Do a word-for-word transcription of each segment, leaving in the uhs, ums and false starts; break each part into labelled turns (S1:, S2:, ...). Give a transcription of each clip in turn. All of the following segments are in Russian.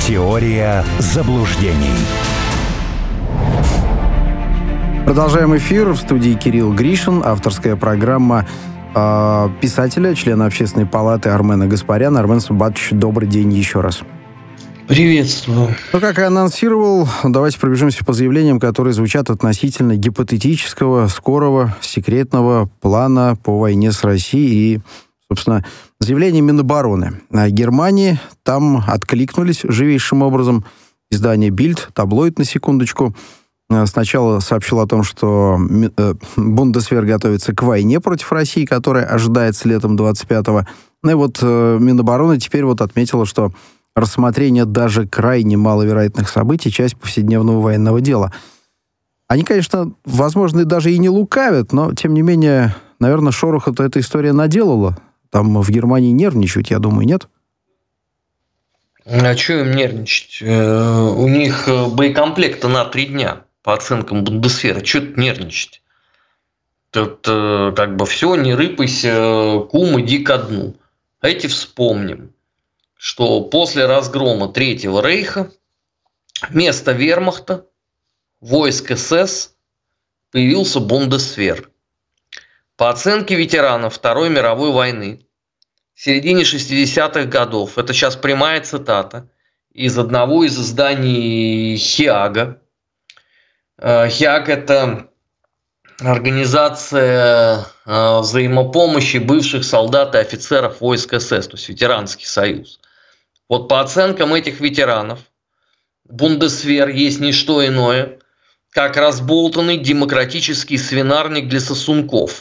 S1: Теория заблуждений.
S2: Продолжаем эфир. В студии Кирилл Гришин. Авторская программа э, писателя, члена Общественной палаты Армена Гаспаряна. Армен Самбатович, добрый день еще раз.
S3: Приветствую.
S2: Ну, как и анонсировал, давайте пробежимся по заявлениям, которые звучат относительно гипотетического, скорого, секретного плана по войне с Россией. И, собственно, заявление Минобороны Германии. Там откликнулись живейшим образом. Издание «Бильд», таблоид, на секундочку, сначала сообщил о том, что Бундесвер готовится к войне против России, которая ожидается летом двадцать пятого. Ну и вот Минобороны теперь вот отметила, что рассмотрение даже крайне маловероятных событий — часть повседневного военного дела. Они, конечно, возможно, даже и не лукавят, но, тем не менее, наверное, шороха-то эта история наделала. Там в Германии нервничают, я думаю, нет?
S3: А что им нервничать? У них боекомплекта на три дня, по оценкам Бундесвера. Что тут нервничать? Тут как бы все, не рыпайся, кум, иди ко дну. Давайте вспомним, что после разгрома Третьего рейха вместо вермахта, войск СС, появился Бундесвер. По оценке ветеранов Второй мировой войны, в середине шестидесятых годов, это сейчас прямая цитата из одного из изданий Хиага. Хиаг – это организация взаимопомощи бывших солдат и офицеров войск СС, то есть ветеранский союз. Вот по оценкам этих ветеранов, Бундесвер есть не что иное, как разболтанный демократический свинарник для сосунков.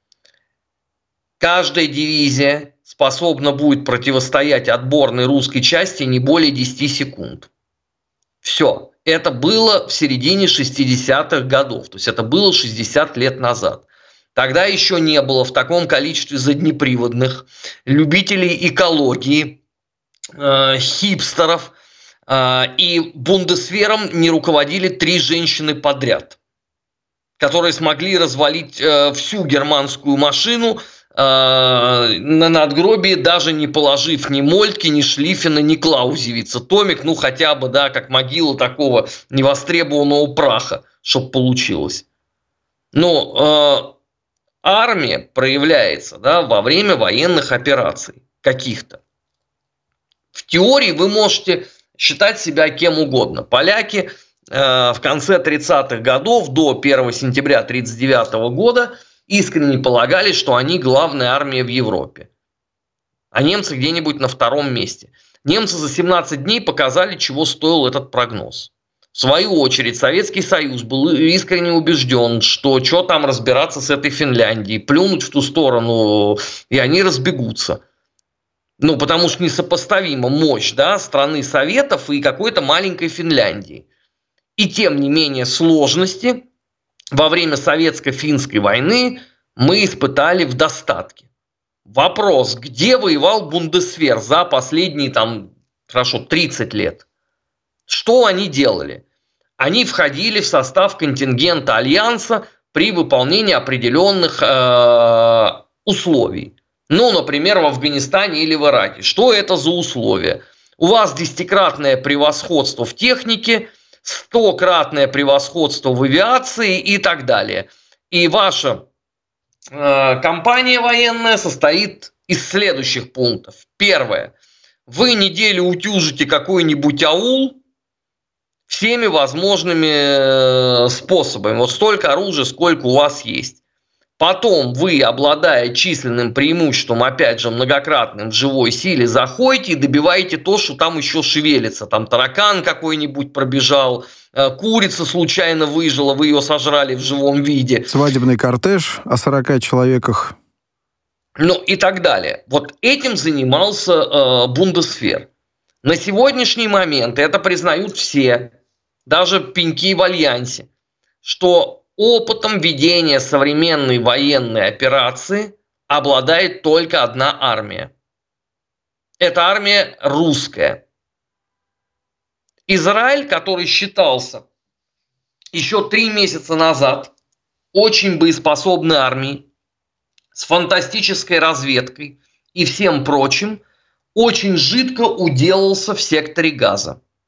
S3: Каждая дивизия способна будет противостоять отборной русской части не более десяти секунд. Все. Это было в середине шестидесятых годов, то есть это было шестьдесят лет назад. Тогда еще не было в таком количестве заднеприводных любителей экологии, э, хипстеров, э, и Бундесвером не руководили три женщины подряд, которые смогли развалить э, всю германскую машину э, на надгробие, даже не положив ни Мольтке, ни Шлиффена, ни Клаузевица. Томик, ну хотя бы, да, как могила такого невостребованного праха, чтобы получилось. Но э, армия проявляется, да, во время военных операций каких-то. В теории вы можете считать себя кем угодно. Поляки э, в конце тридцатых годов, до первого сентября тысяча девятьсот тридцать девятого года, искренне полагали, что они главная армия в Европе. А немцы где-нибудь на втором месте. Немцы за семнадцать дней показали, чего стоил этот прогноз. В свою очередь, Советский Союз был искренне убежден, что что там разбираться с этой Финляндией, плюнуть в ту сторону, и они разбегутся. Ну, потому что несопоставима мощь, да, страны Советов и какой-то маленькой Финляндии. И тем не менее сложности во время советско-финской войны мы испытали в достатке. Вопрос, где воевал Бундесвер за последние, там, хорошо, тридцать лет? Что они делали? Они входили в состав контингента Альянса при выполнении определенных э, условий. Ну, например, в Афганистане или в Ираке. Что это за условия? У вас десятикратное превосходство в технике, стократное превосходство в авиации и так далее. И ваша э, кампания военная состоит из следующих пунктов. Первое. Вы неделю утюжите какой-нибудь аул всеми возможными способами. Вот столько оружия, сколько у вас есть. Потом вы, обладая численным преимуществом, опять же, многократным в живой силе, заходите и добиваете то, что там еще шевелится. Там таракан какой-нибудь пробежал, курица случайно выжила, вы ее сожрали в живом виде.
S2: Свадебный кортеж о сорока человеках.
S3: Ну и так далее. Вот этим занимался э, Бундесвер. На сегодняшний момент это признают все, даже пеньки в Альянсе, что опытом ведения современной военной операции обладает только одна армия. Это армия русская. Израиль, который считался еще три месяца назад очень боеспособной армией, с фантастической разведкой и всем прочим, очень жидко уделался в секторе Газа.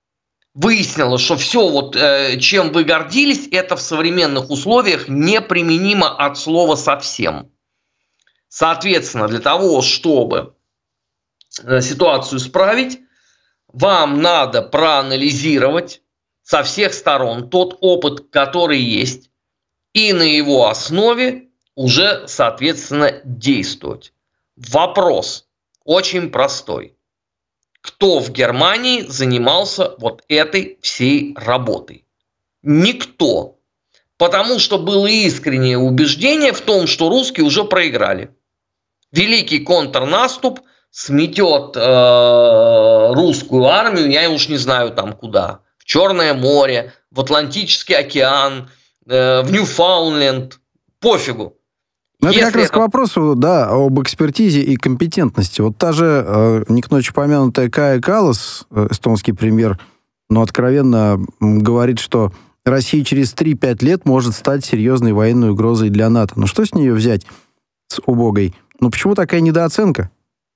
S3: выяснилось, что все, вот, э, чем вы гордились, это в современных условиях неприменимо от слова совсем. Соответственно, для того, чтобы э, ситуацию исправить, вам надо проанализировать со всех сторон тот опыт, который есть, и на его основе уже, соответственно, действовать. Вопрос очень простой. Кто в Германии занимался вот этой всей работой? Никто. Потому что было искреннее убеждение в том, что русские уже проиграли. Великий контрнаступ сметет э, русскую армию, я уж не знаю там куда, в Черное море, в Атлантический океан, э, в Ньюфаундленд, пофигу.
S2: Ну, это как раз
S3: это...
S2: к вопросу, да, об экспертизе и компетентности. Вот та же, э, не к ночи помянутая Кая Каллас, э, эстонский премьер, но откровенно говорит, что Россия через три-пять лет может стать серьезной военной угрозой для НАТО. Ну что с нее взять, с убогой? Ну почему такая недооценка?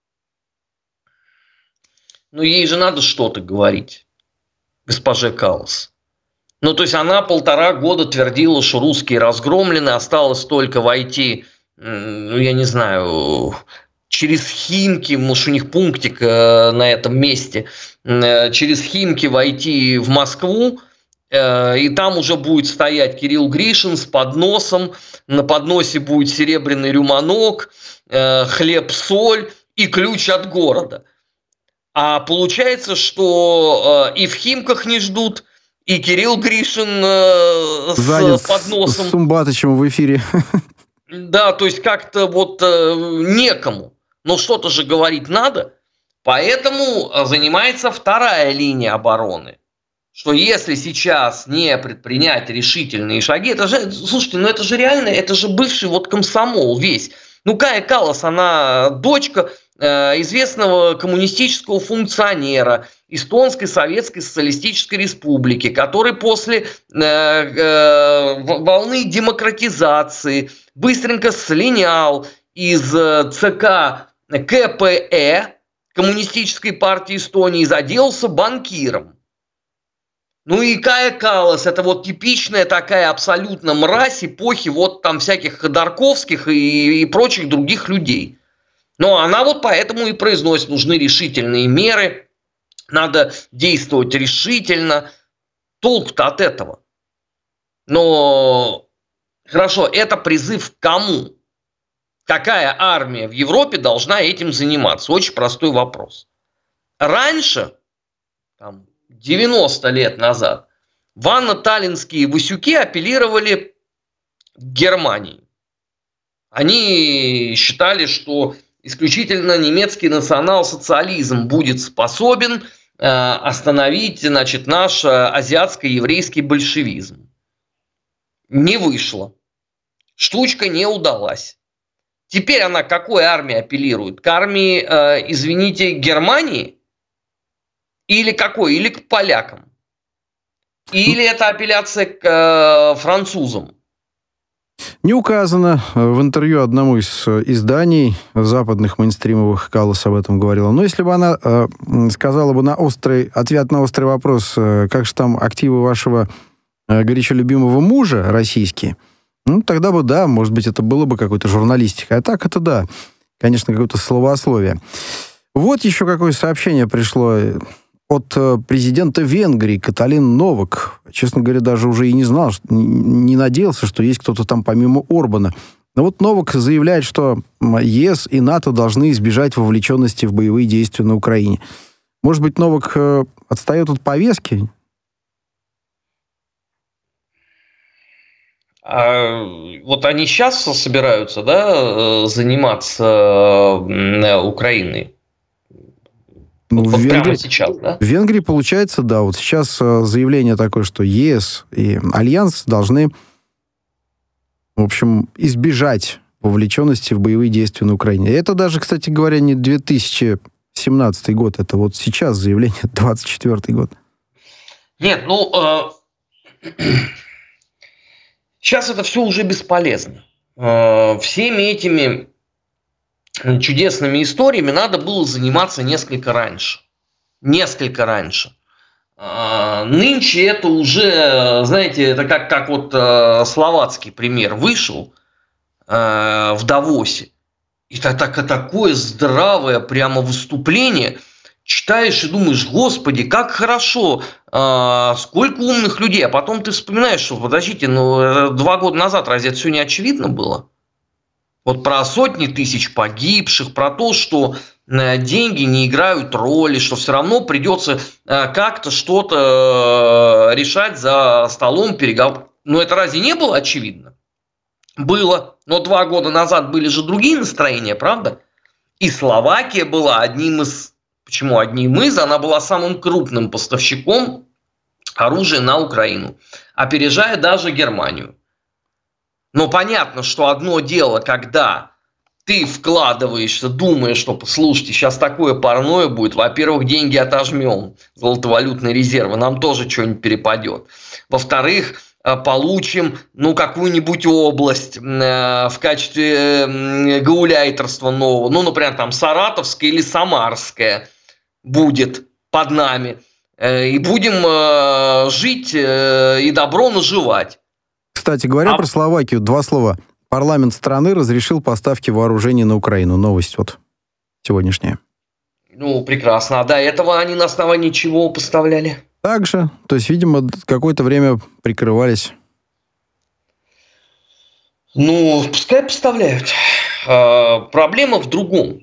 S3: Ну ей же надо что-то говорить, госпоже Каллас. Ну, то есть она полтора года твердила, что русские разгромлены, осталось только войти, ну, я не знаю, через Химки, может, у них пунктик на этом месте, через Химки войти в Москву, и там уже будет стоять Кирилл Гришин с подносом, на подносе будет серебряный рюманок, хлеб, соль и ключ от города. А получается, что и в Химках не ждут, и Кирилл Гришин э, с подносом.
S2: С Сумбатычем в эфире.
S3: Да, то есть как-то вот э, некому. Но что-то же говорить надо. Поэтому занимается вторая линия обороны. Что если сейчас не предпринять решительные шаги, это же, слушайте, ну это же реально, это же бывший вот комсомол весь. Ну Кая Каллас, она дочка э, известного коммунистического функционера Эстонской Советской Социалистической Республики, который после э, э, волны демократизации быстренько слинял из ЦК КПЭ, Коммунистической партии Эстонии, и заделался банкиром. Ну и Кая Каллас, это вот типичная такая абсолютно мразь эпохи вот там всяких Ходорковских и, и прочих других людей. Но она вот поэтому и произносит, нужны решительные меры, надо действовать решительно. Толку-то от этого. Но хорошо, это призыв к кому? Какая армия в Европе должна этим заниматься? Очень простой вопрос. Раньше, там, девяносто лет назад, ванно-таллинские васюки апеллировали к Германии. Они считали, что исключительно немецкий национал-социализм будет способен э, остановить, значит, наш азиатско-еврейский большевизм. Не вышло. Штучка не удалась. Теперь она к какой армии апеллирует? К армии, э, извините, Германии? Или какой? Или к полякам? Или это апелляция к э, французам?
S2: Не указано. В интервью одному из изданий западных мейнстримовых Каллас об этом говорила. Но если бы она э, сказала бы на острый, ответ на острый вопрос, э, как же там активы вашего э, горячо любимого мужа российские, ну, тогда бы да, может быть, это было бы какой-то журналистика. А так это да, конечно, какое-то словословие. Вот еще какое сообщение пришло от президента Венгрии Каталин Новак. Честно говоря, даже уже и не знал, не надеялся, что есть кто-то там помимо Орбана. Но вот Новак заявляет, что ЕС и НАТО должны избежать вовлеченности в боевые действия на Украине. Может быть, Новак отстает от повестки?
S3: А вот они сейчас собираются, да, заниматься Украиной?
S2: Ну,
S3: вот
S2: в Венгрии,
S3: прямо сейчас, да?
S2: В Венгрии получается, да, вот сейчас заявление такое, что ЕС и Альянс должны, в общем, избежать вовлеченности в боевые действия на Украине. И это даже, кстати говоря, не две тысячи семнадцатый год, это вот сейчас заявление, двадцать четвёртый год.
S3: Нет, ну, э, сейчас это все уже бесполезно. Э, всеми этими чудесными историями надо было заниматься несколько раньше. Несколько раньше. Нынче это уже, знаете, это как, как вот словацкий пример вышел в Давосе. И так, так, такое здравое прямо выступление. Читаешь и думаешь, господи, как хорошо, сколько умных людей. А потом ты вспоминаешь, что, подождите, ну два года назад разве это все не очевидно было? Вот про сотни тысяч погибших, про то, что деньги не играют роли, что все равно придется как-то что-то решать за столом переговоров. Но это разве не было очевидно? Было. Но два года назад были же другие настроения, правда? И Словакия была одним из... Почему одним из? Она была самым крупным поставщиком оружия на Украину, опережая даже Германию. Но понятно, что одно дело, когда ты вкладываешься, думаешь, что, слушайте, сейчас такое парное будет. Во-первых, деньги отожмем, золотовалютные резервы, нам тоже что-нибудь перепадет. Во-вторых, получим, ну, какую-нибудь область в качестве гауляйтерства нового. Ну, например, там Саратовская или Самарская будет под нами. И будем жить и добро наживать.
S2: Кстати говоря, а... про Словакию, два слова. Парламент страны разрешил поставки вооружений на Украину. Новость вот сегодняшняя.
S3: Ну, прекрасно. А до этого они на основании чего поставляли?
S2: Также. То есть, видимо, какое-то время прикрывались.
S3: Ну, пускай поставляют. А, проблема в другом.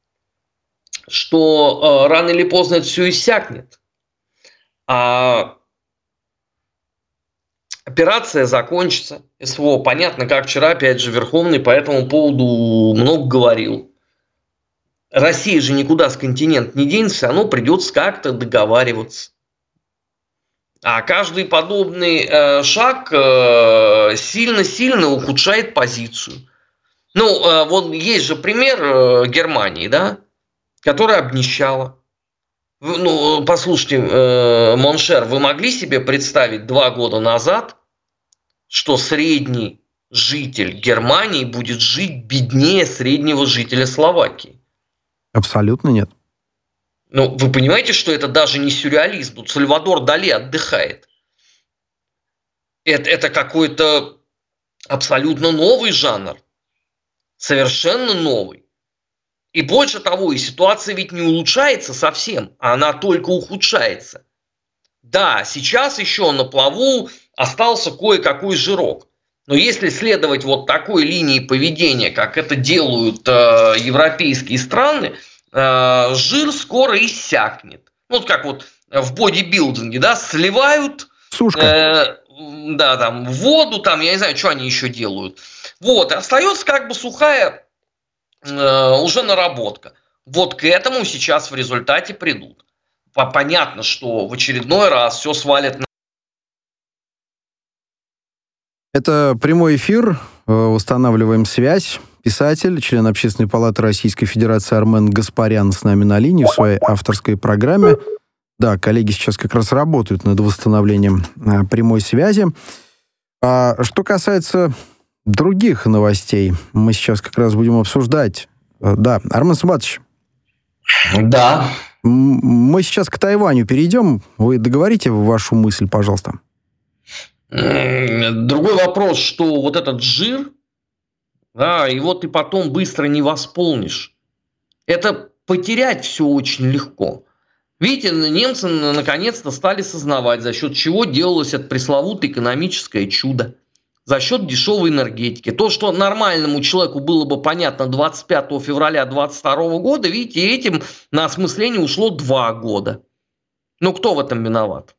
S3: Что а, рано или поздно это все иссякнет. А... Операция закончится, СВО. Понятно, как вчера, опять же, Верховный по этому поводу много говорил. Россия же никуда с континента не денется, все равно придется как-то договариваться. А каждый подобный э, шаг э, сильно-сильно ухудшает позицию. Ну, э, вот есть же пример э, Германии, да, которая обнищала. Ну, послушайте, э, Моншер, вы могли себе представить два года назад, что средний житель Германии будет жить беднее среднего жителя Словакии?
S2: Абсолютно нет.
S3: Ну, вы понимаете, что это даже не сюрреализм. Тут Сальвадор Дали отдыхает. Это, это какой-то абсолютно новый жанр. Совершенно новый. И больше того, и ситуация ведь не улучшается совсем, а она только ухудшается. Да, сейчас еще на плаву остался кое-какой жирок. Но если следовать вот такой линии поведения, как это делают э, европейские страны, э, жир скоро иссякнет. Вот как вот в бодибилдинге, да, сливают э, да, там, воду, там, я не знаю, что они еще делают. Вот, и остается как бы сухая э, уже наработка. Вот к этому сейчас в результате придут. Понятно, что в очередной раз все свалят на...
S2: Это прямой эфир. Устанавливаем связь. Писатель, член Общественной палаты Российской Федерации Армен Гаспарян с нами на линии в своей авторской программе. Да, коллеги сейчас как раз работают над восстановлением прямой связи. А что касается других новостей, мы сейчас как раз будем обсуждать. Да, Армен Сумбатович.
S3: Да.
S2: Мы сейчас к Тайваню перейдем. Вы договорите вашу мысль, пожалуйста.
S3: Другой вопрос, что вот этот жир, да, его ты потом быстро не восполнишь. Это потерять все очень легко. Видите, немцы наконец-то стали сознавать, за счет чего делалось это пресловутое экономическое чудо. За счет дешевой энергетики. То, что нормальному человеку было бы понятно двадцать пятого февраля двадцать второго года, видите, этим на осмысление ушло два года. Ну, кто в этом виноват?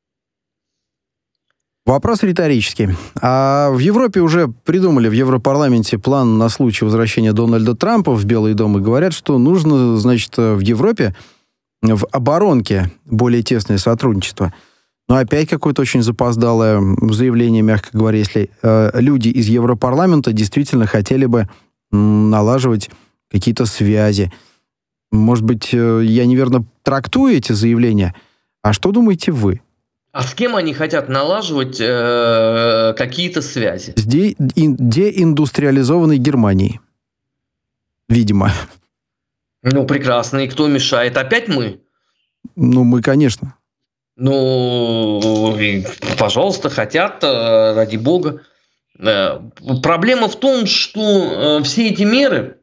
S2: Вопрос риторический. А в Европе уже придумали в Европарламенте план на случай возвращения Дональда Трампа в Белый дом и говорят, что нужно, значит, в Европе в оборонке более тесное сотрудничество. Но опять какое-то очень запоздалое заявление, мягко говоря, если э, люди из Европарламента действительно хотели бы м, налаживать какие-то связи. Может быть, э, я неверно трактую эти заявления? А что думаете вы?
S3: А с кем они хотят налаживать э, какие-то связи?
S2: С де- ин- деиндустриализованной Германией. Видимо.
S3: Ну, прекрасно. И кто мешает? Опять мы?
S2: Ну, мы, конечно.
S3: Ну, пожалуйста, хотят, ради бога. Проблема в том, что все эти меры,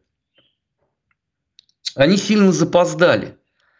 S3: они сильно запоздали.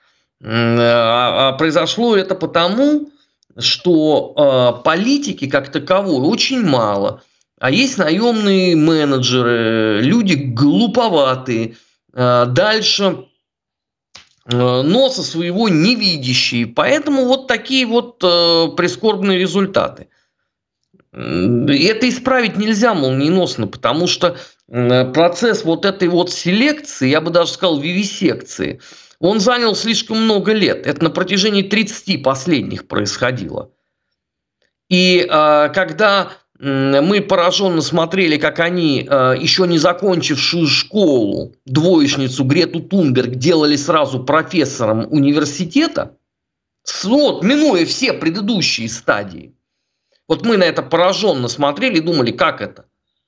S3: А произошло это потому, что политики как таковой очень мало. А есть наемные менеджеры, люди глуповатые, дальше носа своего не видящие. Поэтому вот такие вот прискорбные результаты. И это исправить нельзя молниеносно, потому что процесс вот этой вот селекции, я бы даже сказал вивисекции, он занял слишком много лет. Это на протяжении тридцати последних происходило. И когда мы пораженно смотрели, как они, еще не закончившую школу, двоечницу Грету Тунберг делали сразу профессором университета, вот, минуя все предыдущие стадии. Вот мы на это пораженно смотрели и думали, как это?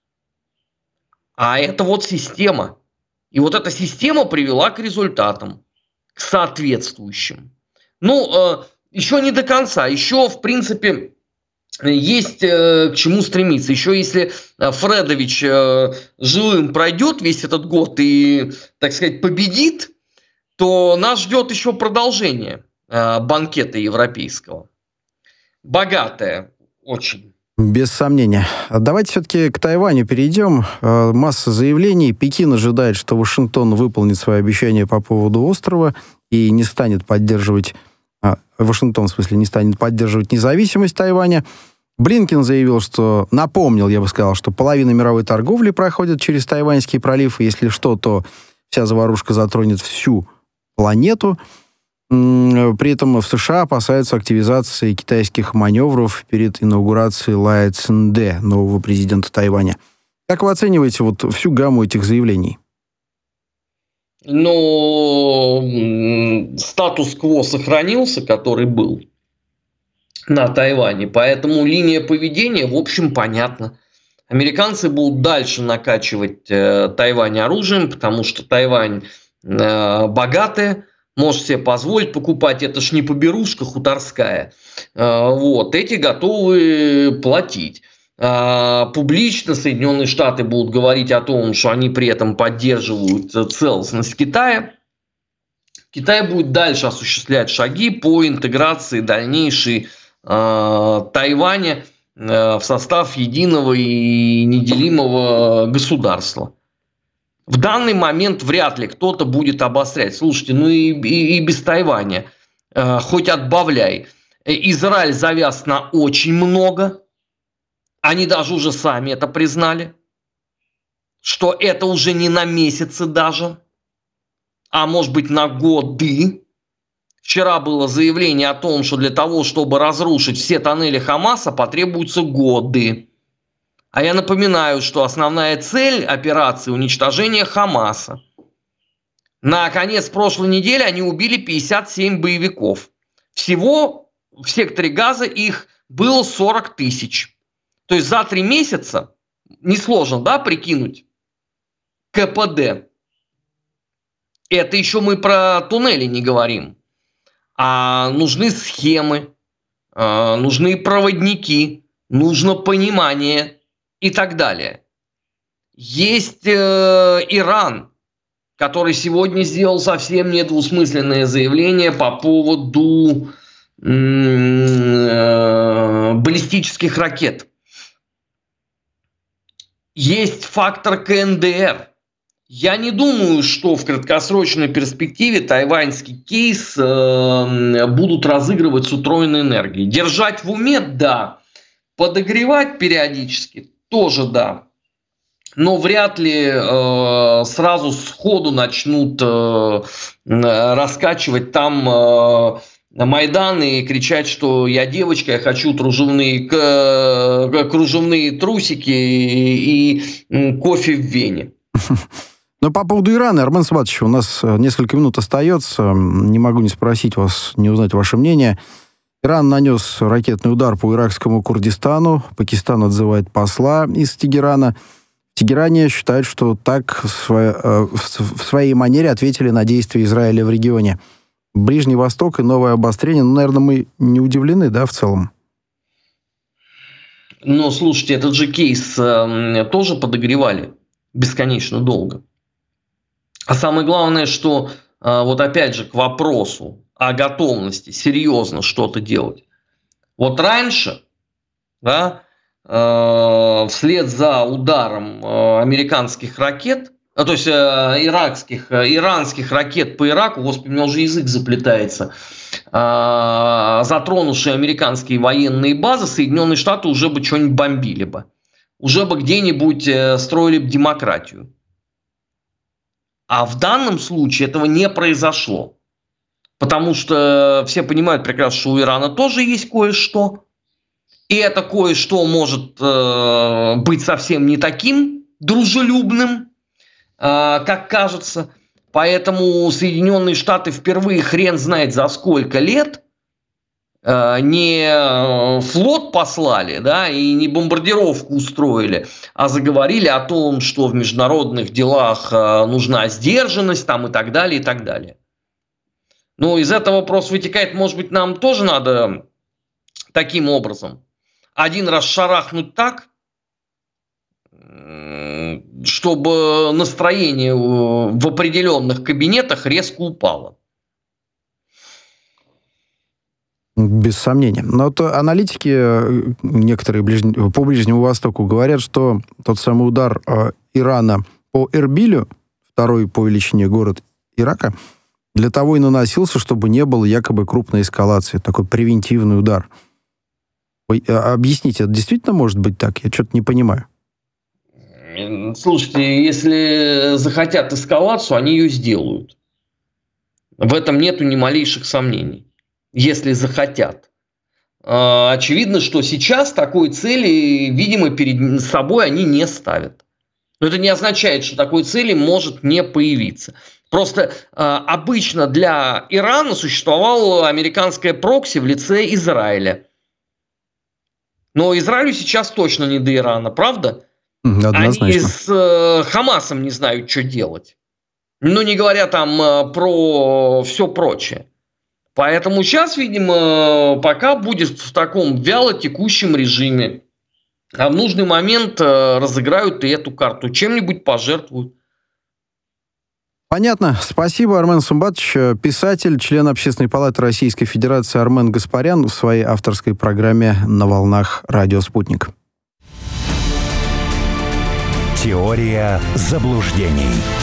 S3: А это вот система. И вот эта система привела к результатам, к соответствующим. Ну, еще не до конца. Еще, в принципе, есть к чему стремиться. Еще если Фредович живым пройдет весь этот год и, так сказать, победит, то нас ждет еще продолжение банкета европейского. Богатое очень.
S2: Без сомнения. Давайте все-таки к Тайваню перейдем. Масса заявлений. Пекин ожидает, что Вашингтон выполнит свои обещания по поводу острова и не станет поддерживать... А, Вашингтон, в смысле, не станет поддерживать независимость Тайваня. Блинкен заявил, что... Напомнил, я бы сказал, что половина мировой торговли проходит через Тайваньский пролив, и если что, то вся заварушка затронет всю планету. При этом в США опасаются активизации китайских маневров перед инаугурацией Лая Цзиньде, нового президента Тайваня. Как вы оцениваете вот всю гамму этих заявлений?
S3: Ну, статус-кво сохранился, который был на Тайване, поэтому линия поведения, в общем, понятна. Американцы будут дальше накачивать э, Тайвань оружием, потому что Тайвань э, богатая, может себе позволить покупать, это ж не поберушка хуторская. Вот, эти готовы платить. Публично Соединенные Штаты будут говорить о том, что они при этом поддерживают целостность Китая. Китай будет дальше осуществлять шаги по интеграции дальнейшей Тайваня в состав единого и неделимого государства. В данный момент вряд ли кто-то будет обострять. Слушайте, ну и, и, и без Тайваня э, хоть отбавляй. Израиль завяз на очень много. Они даже уже сами это признали. Что это уже не на месяцы даже, а может быть на годы. Вчера было заявление о том, что для того, чтобы разрушить все тоннели Хамаса, потребуются годы. А я напоминаю, что основная цель операции – уничтожение Хамаса. На конец прошлой недели они убили пятьдесят семь боевиков. Всего в секторе Газа их было сорок тысяч. То есть за три месяца, несложно, да, прикинуть, ка пэ дэ. Это еще мы про туннели не говорим. А нужны схемы, нужны проводники, нужно понимание и так далее. Есть э, Иран, который сегодня сделал совсем недвусмысленное заявление по поводу э, баллистических ракет. Есть фактор ка эн дэ эр. Я не думаю, что в краткосрочной перспективе тайваньский кейс э, будут разыгрывать с утроенной энергией. Держать в уме, да. Подогревать периодически тоже да. Но вряд ли э, сразу сходу начнут э, раскачивать там э, Майдан и кричать, что я девочка, я хочу кружевные, к, кружевные трусики и, и кофе в Вене.
S2: Но по поводу Ирана, Армен Сабатович, у нас несколько минут остается. Не могу не спросить вас, не узнать ваше мнение. Иран нанес ракетный удар по иракскому Курдистану. Пакистан отзывает посла из Тегерана. В Тегеране считают, что так в своей, в своей манере ответили на действия Израиля в регионе. Ближний Восток и новое обострение. Ну, наверное, мы не удивлены, да, в целом?
S3: Но, слушайте, этот же кейс э, тоже подогревали бесконечно долго. А самое главное, что э, вот опять же к вопросу о готовности серьезно что-то делать. Вот раньше, да, э, вслед за ударом э, американских ракет, а, то есть э, иракских, э, иранских ракет по Ираку, господи, у меня уже язык заплетается, э, затронувшие американские военные базы, Соединенные Штаты уже бы что-нибудь бомбили бы. Уже бы где-нибудь э, строили бы демократию. А в данном случае этого не произошло. Потому что все понимают прекрасно, что у Ирана тоже есть кое-что. И это кое-что может э, быть совсем не таким дружелюбным, как кажется. Поэтому Соединенные Штаты впервые хрен знает за сколько лет не флот послали, да, и не бомбардировку устроили, а заговорили о том, что в международных делах нужна сдержанность там, и так далее, и так далее. Но из этого вопрос вытекает, может быть, нам тоже надо таким образом один раз шарахнуть так, чтобы настроение в определенных кабинетах резко упало.
S2: Без сомнения. Но вот аналитики некоторые ближ... по Ближнему Востоку говорят, что тот самый удар Ирана по Эрбилю, второй по величине город Ирака, для того и наносился, чтобы не было якобы крупной эскалации. Такой превентивный удар. Ой, объясните, это действительно может быть так? Я что-то не понимаю.
S3: Слушайте, если захотят эскалацию, они ее сделают. В этом нету ни малейших сомнений. Если захотят. Очевидно, что сейчас такой цели, видимо, перед собой они не ставят. Но это не означает, что такой цели может не появиться. Просто обычно для Ирана существовало американское прокси в лице Израиля. Но Израилю сейчас точно не до Ирана, правда?
S2: Однозначно.
S3: Они с э, Хамасом не знают, что делать. Ну, не говоря там э, про все прочее. Поэтому сейчас, видимо, пока будет в таком вяло текущем режиме. А в нужный момент э, разыграют и эту карту. Чем-нибудь пожертвуют.
S2: Понятно. Спасибо, Армен Сумбатович. Писатель, член Общественной палаты Российской Федерации Армен Гаспарян в своей авторской программе «На волнах Радио Спутник».
S1: Теория заблуждений.